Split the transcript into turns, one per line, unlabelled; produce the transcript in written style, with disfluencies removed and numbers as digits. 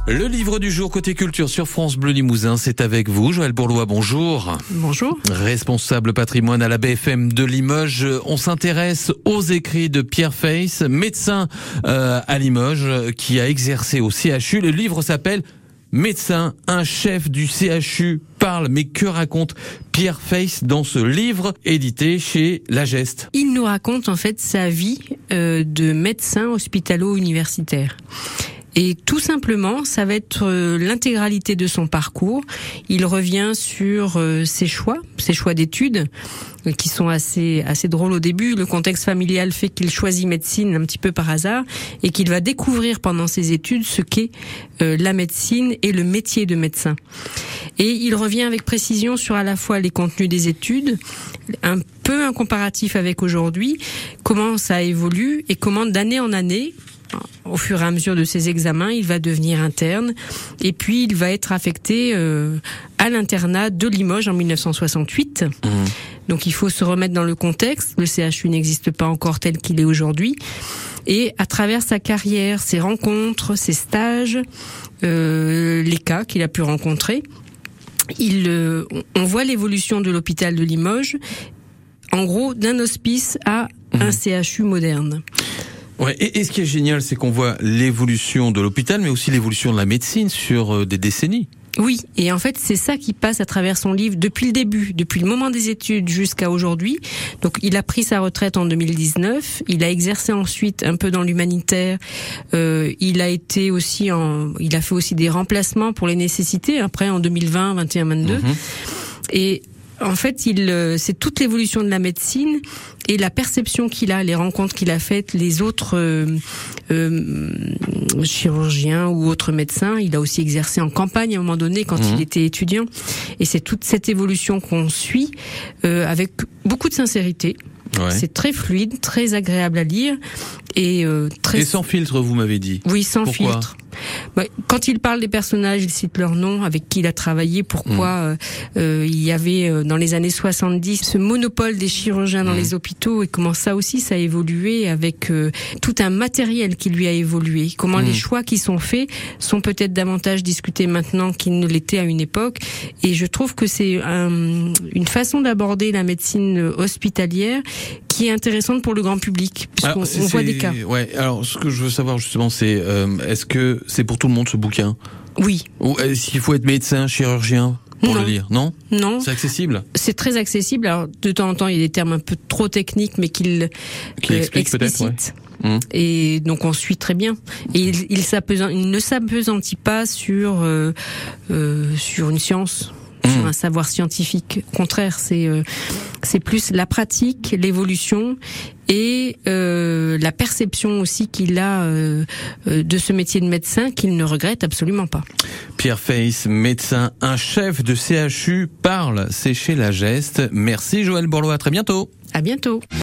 Le livre du jour côté culture sur France Bleu Limousin, c'est avec vous, Joël Bourlois, bonjour.
Bonjour.
Responsable patrimoine à la BFM de Limoges, on s'intéresse aux écrits de Pierre Feiss, médecin à Limoges, qui a exercé au CHU. Le livre s'appelle Médecin, un chef du CHU parle. Mais que raconte Pierre Feiss dans ce livre édité chez La Geste?
Il nous raconte en fait sa vie de médecin hospitalo-universitaire. Et tout simplement, ça va être l'intégralité de son parcours. Il revient sur ses choix d'études, qui sont assez drôles au début. Le contexte familial fait qu'il choisit médecine un petit peu par hasard et qu'il va découvrir pendant ses études ce qu'est la médecine et le métier de médecin. Et il revient avec précision sur à la fois les contenus des études, un peu un comparatif avec aujourd'hui, comment ça évolue et comment d'année en année, au fur et à mesure de ses examens, il va devenir interne et puis il va être affecté à l'internat de Limoges en 1968. Donc il faut se remettre dans le contexte. Le CHU n'existe pas encore tel qu'il est aujourd'hui. Et à travers sa carrière, ses rencontres, ses stages, les cas qu'il a pu rencontrer, on voit l'évolution de l'hôpital de Limoges, en gros d'un hospice à un CHU moderne.
Ouais, et ce qui est génial, c'est qu'on voit l'évolution de l'hôpital, mais aussi l'évolution de la médecine sur des décennies.
Oui, et en fait, c'est ça qui passe à travers son livre depuis le début, depuis le moment des études jusqu'à aujourd'hui. Donc, il a pris sa retraite en 2019. Il a exercé ensuite un peu dans l'humanitaire. Il a fait aussi des remplacements pour les nécessités. Après, en 2020, 21, 22. Et en fait, c'est toute l'évolution de la médecine et la perception qu'il a, les rencontres qu'il a faites, les autres chirurgiens ou autres médecins. Il a aussi exercé en campagne à un moment donné quand il était étudiant. Et c'est toute cette évolution qu'on suit avec beaucoup de sincérité. Ouais. C'est très fluide, très agréable à lire et
sans filtre, vous m'avez dit.
Oui, sans
Pourquoi
filtre. Quand il parle des personnages, il cite leur nom, avec qui il a travaillé, pourquoi il y avait dans les années 70 ce monopole des chirurgiens dans les hôpitaux et comment ça aussi ça a évolué avec tout un matériel qui lui a évolué. Comment les choix qui sont faits sont peut-être davantage discutés maintenant qu'ils ne l'étaient à une époque. Et je trouve que c'est une façon d'aborder la médecine hospitalière qui est intéressante pour le grand public, puisqu'on voit des cas.
Ouais. Alors, ce que je veux savoir justement, c'est est-ce que c'est pour tout le monde ce bouquin?
Oui.
Ou est-ce qu'il faut être médecin, chirurgien pour le lire? Non. C'est accessible.
C'est très accessible. Alors, de temps en temps, il y a des termes un peu trop techniques, mais qu'il
explique
explicite.
Peut-être, ouais.
Et donc on suit très bien. Et il ne s'appesantit pas sur une science. Sur un savoir scientifique. Au contraire, c'est plus la pratique, l'évolution et la perception aussi qu'il a de ce métier de médecin qu'il ne regrette absolument pas.
Pierre Feiss, médecin, un chef de CHU parle, c'est chez La Geste. Merci Joël Bourlois, à très bientôt.
À bientôt.